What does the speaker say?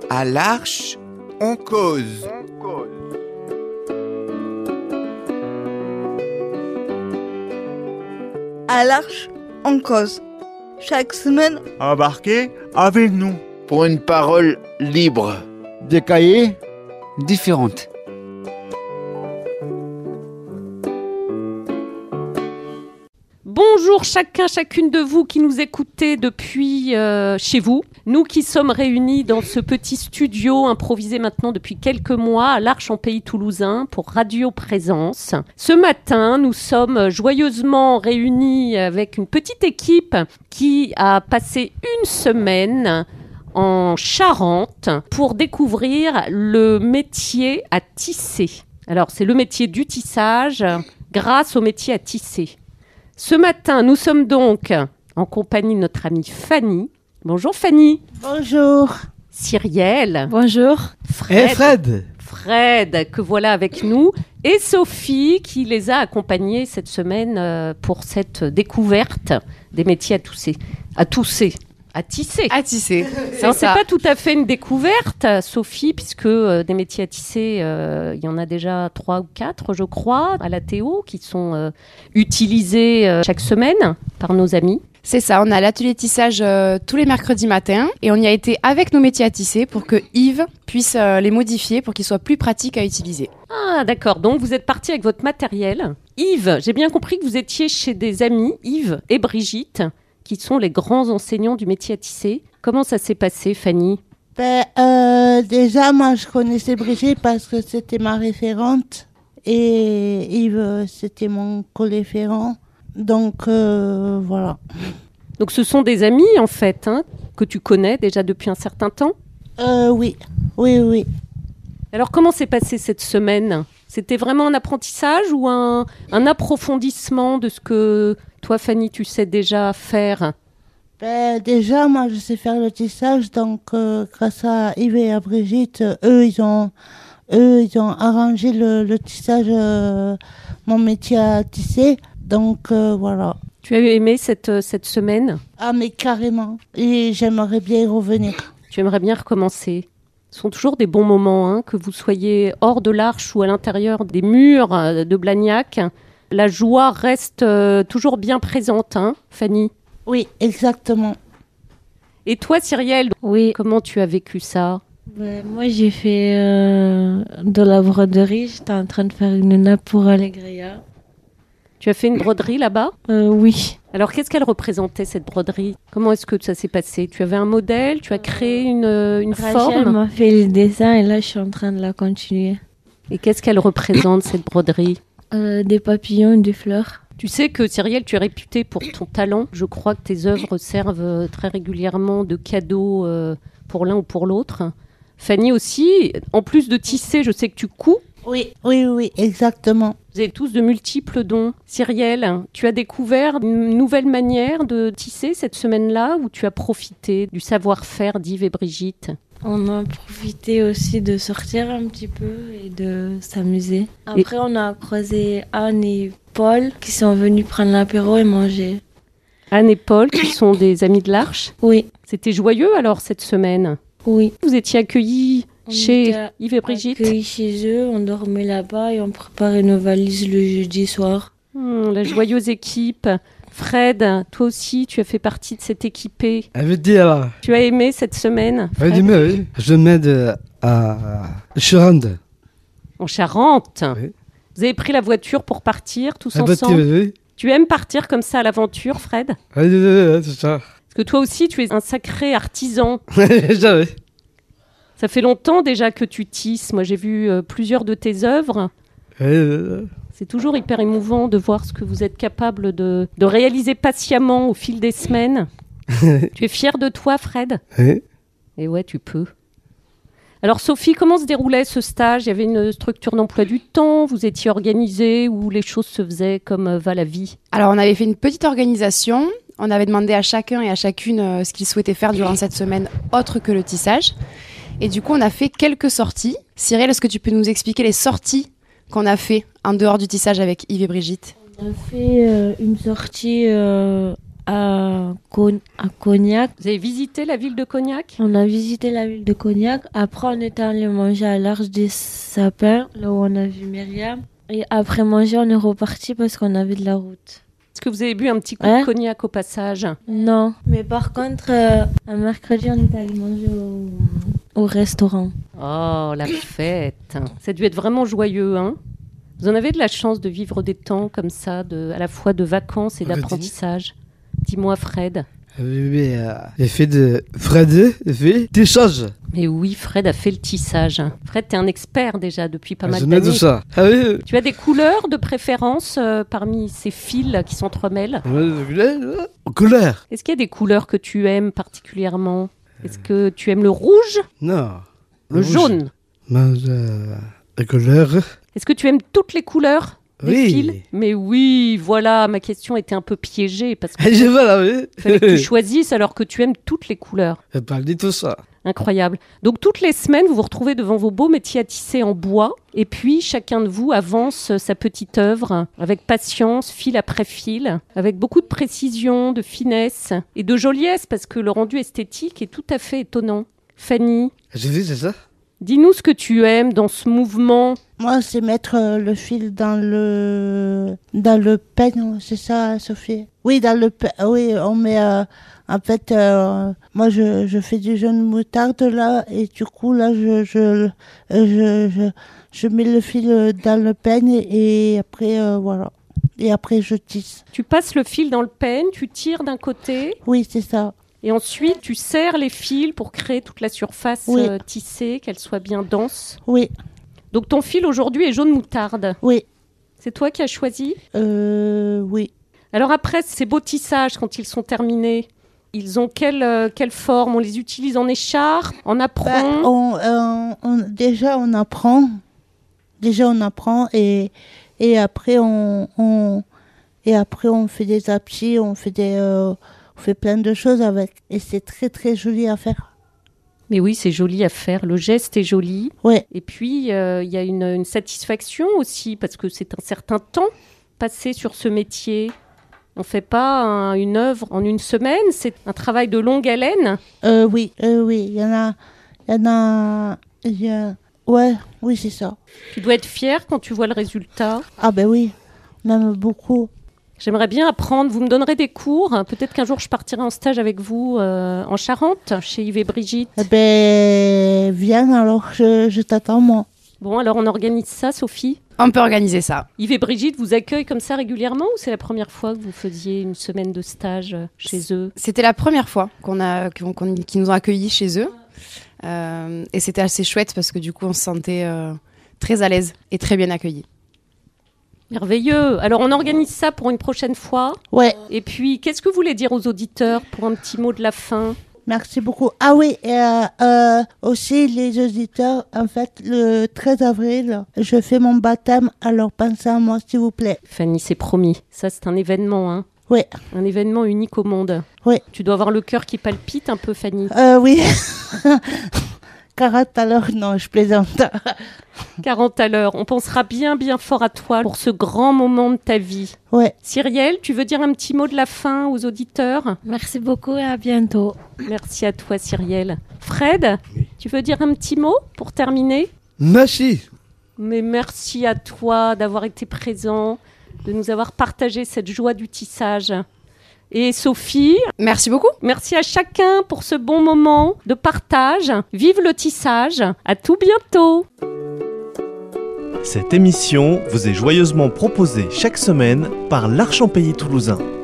À l'Arche, on cause. À l'Arche, on cause. Chaque semaine, Embarquez avec nous. Pour une parole libre. Des cahiers différentes. Bonjour chacune de vous qui nous écoutez depuis chez vous. Nous qui sommes réunis dans ce petit studio improvisé maintenant depuis quelques mois à l'Arche en Pays Toulousain pour Radio Présence. Ce matin, nous sommes joyeusement réunis avec une petite équipe qui a passé une semaine en Charente pour découvrir le métier à tisser. Alors, c'est le métier du tissage grâce au métier à tisser. Ce matin, nous sommes donc en compagnie de notre amie Fanny. Bonjour Fanny. bonjour. Cyrielle. Bonjour. Fred, que voilà avec nous. Et Sophie, qui les a accompagnés cette semaine pour cette découverte des métiers à tisser. C'est Alors, c'est pas tout à fait une découverte, Sophie, puisque des métiers à tisser, il y en a déjà 3 ou 4, je crois, à la Théo, qui sont utilisés chaque semaine par nos amis. C'est ça, on a l'atelier tissage tous les mercredis matins et on y a été avec nos métiers à tisser pour que Yves puisse les modifier pour qu'ils soient plus pratiques à utiliser. Ah, d'accord. Donc, vous êtes parti avec votre matériel. Yves, j'ai bien compris que vous étiez chez des amis, Yves et Brigitte, qui sont les grands enseignants du métier à tisser. Comment ça s'est passé, Fanny ? Déjà, moi, je connaissais Brigitte parce que c'était ma référente et Yves, c'était mon co-référent. Donc, voilà. Donc, ce sont des amis, en fait, que tu connais déjà depuis un certain temps ? Oui. Alors, comment s'est passée cette semaine ? C'était vraiment un apprentissage ou un approfondissement de ce que toi, Fanny, tu sais déjà faire ? Déjà, moi, je sais faire le tissage. Donc, grâce à Yves et à Brigitte, eux, ils ont arrangé le tissage, mon métier à tisser. Donc, voilà. Tu as aimé cette semaine ? Ah, mais carrément. Et j'aimerais bien y revenir. Tu aimerais bien recommencer ? Ce sont toujours des bons moments, que vous soyez hors de l'Arche ou à l'intérieur des murs de Blagnac. La joie reste toujours bien présente, Fanny ? Oui, exactement. Et toi, Cyrielle, Oui. Comment tu as vécu ça ? Moi, j'ai fait de la broderie. J'étais en train de faire une nappe pour Allegria. Tu as fait une broderie là-bas ? Oui. Alors, qu'est-ce qu'elle représentait, cette broderie ? Comment est-ce que ça s'est passé ? Tu avais un modèle ? Tu as créé une Rachel forme ? m'a fait le dessin et là, je suis en train de la continuer. Et qu'est-ce qu'elle représente, cette broderie ? Des papillons, des fleurs. Tu sais que, Cyrielle, tu es réputée pour ton talent. Je crois que tes œuvres servent très régulièrement de cadeaux pour l'un ou pour l'autre. Fanny aussi, en plus de tisser, je sais que tu couds. Oui, exactement. Vous avez tous de multiples dons. Cyrielle, tu as découvert une nouvelle manière de tisser cette semaine-là ou tu as profité du savoir-faire d'Yves et Brigitte ? On a profité aussi de sortir un petit peu et de s'amuser. Après, on a croisé Anne et Paul qui sont venus prendre l'apéro et manger. Anne et Paul, qui sont des amis de l'Arche. Oui. C'était joyeux alors cette semaine ? Oui. Vous étiez accueillis chez Yves et Brigitte ? Accueillis chez eux, on dormait là-bas et on préparait nos valises le jeudi soir. La joyeuse équipe. Fred, toi aussi, tu as fait partie de cette équipée. Tu as aimé cette semaine, Fred ? Oui. Je m'aide à Charente. En Charente ? Oui. Vous avez pris la voiture pour partir tous ensemble ? Oui. Tu aimes partir comme ça à l'aventure, Fred ? Oui, c'est ça. Parce que toi aussi, tu es un sacré artisan. Oui. Ça fait longtemps déjà que tu tisses. Moi, j'ai vu plusieurs de tes œuvres. Oui. C'est toujours hyper émouvant de voir ce que vous êtes capable de réaliser patiemment au fil des semaines. Tu es fier de toi, Fred ? Oui. Et ouais, tu peux. Alors, Sophie, comment se déroulait ce stage ? Il y avait une structure d'emploi du temps ? Vous étiez organisée ou les choses se faisaient comme va la vie ? Alors, on avait fait une petite organisation. On avait demandé à chacun et à chacune ce qu'ils souhaitaient faire durant cette semaine autre que le tissage. Et du coup, on a fait quelques sorties. Cyrielle, est-ce que tu peux nous expliquer les sorties qu'on a fait en dehors du tissage avec Yves et Brigitte ? On a fait une sortie à Cognac. Vous avez visité la ville de Cognac? On a visité la ville de Cognac. Après, on était allé manger à l'Arche des Sapins, là où on a vu Myriam. Et après manger, on est reparti parce qu'on avait de la route. Est-ce que vous avez bu un petit coup de cognac au passage? Non. Mais par contre, un mercredi, on est allé manger au restaurant. Oh, la fête. Ça a dû être vraiment joyeux, hein? Vous en avez de la chance de vivre des temps comme ça, à la fois de vacances et d'apprentissage. Dis-moi, Fred. Fred fait des choses. Mais oui, Fred a fait le tissage. Fred, t'es un expert déjà depuis pas mal Je d'années. mets tout ça. Ah oui. Tu as des couleurs de préférence parmi ces fils qui s'entremêlent? Couleur. Est-ce qu'il y a des couleurs que tu aimes particulièrement? Est-ce que tu aimes le rouge? Non. Le jaune? La couleur. Est-ce que tu aimes toutes les couleurs des fils? Oui. Mais oui, voilà, ma question était un peu piégée parce que Je vois là, oui. fallait que tu choisisses alors que tu aimes toutes les couleurs. Je parle de tout ça. Incroyable. Donc toutes les semaines, vous vous retrouvez devant vos beaux métiers à tisser en bois et puis chacun de vous avance sa petite œuvre avec patience, fil après fil, avec beaucoup de précision, de finesse et de joliesse parce que le rendu esthétique est tout à fait étonnant. Fanny, J'ai vu, c'est ça? dis-nous ce que tu aimes dans ce mouvement. Moi, c'est mettre le fil dans le peigne, c'est ça, Sophie? Oui, oui, on met... en fait, moi, je fais du jaune moutarde, là, et du coup, là, je mets le fil dans le peigne, et après, voilà. Et après, je tisse. Tu passes le fil dans le peigne, tu tires d'un côté Oui, c'est ça. et ensuite tu serres les fils pour créer toute la surface Oui. tissée, qu'elle soit bien dense. Oui, Donc ton fil aujourd'hui est jaune moutarde. oui, C'est toi qui as choisi? oui. Alors après, ces beaux tissages, quand ils sont terminés, ils ont quelle forme? On les utilise en écharpe, en apron? Déjà, on apprend. Et après, on fait des appuis, on fait plein de choses avec. Et c'est très, très joli à faire. Mais oui, c'est joli à faire. Le geste est joli. Ouais. Et puis, il y a une satisfaction aussi, parce que c'est un certain temps passé sur ce métier. On ne fait pas une œuvre en une semaine, c'est un travail de longue haleine. Oui, il y en a... Ouais, oui, c'est ça. Tu dois être fier quand tu vois le résultat. Ah ben oui, même beaucoup. J'aimerais bien apprendre. Vous me donnerez des cours. Peut-être qu'un jour, je partirai en stage avec vous en Charente, chez Yves et Brigitte. Eh ben, viens alors, je t'attends, moi. Bon, alors on organise ça, Sophie? On peut organiser ça. Yves et Brigitte vous accueillent comme ça régulièrement ou c'est la première fois que vous faisiez une semaine de stage chez eux? C'était la première fois qu'ils nous ont accueillis chez eux. Et c'était assez chouette parce que du coup, on se sentait très à l'aise et très bien accueillis. Merveilleux. Alors, on organise ça pour une prochaine fois. Ouais, Et puis, qu'est-ce que vous voulez dire aux auditeurs pour un petit mot de la fin? merci beaucoup. Ah oui, et aussi les auditeurs, en fait, le 13 avril, je fais mon baptême, alors pensez à moi, s'il vous plaît. Fanny, c'est promis. Ça, c'est un événement, hein. Oui, Un événement unique au monde. oui. Tu dois avoir le cœur qui palpite un peu, Fanny. Oui. 40 à l'heure, non, je plaisante. 40 à l'heure. On pensera bien, bien fort à toi pour ce grand moment de ta vie. Ouais. Cyrielle, tu veux dire un petit mot de la fin aux auditeurs? Merci beaucoup et à bientôt. Merci à toi, Cyrielle. Fred, tu veux dire un petit mot pour terminer? Merci. Mais merci à toi d'avoir été présent, de nous avoir partagé cette joie du tissage. Et Sophie, Merci beaucoup. merci à chacun pour ce bon moment de partage. Vive le tissage. À tout bientôt. Cette émission vous est joyeusement proposée chaque semaine par l'Arche en Pays Toulousain.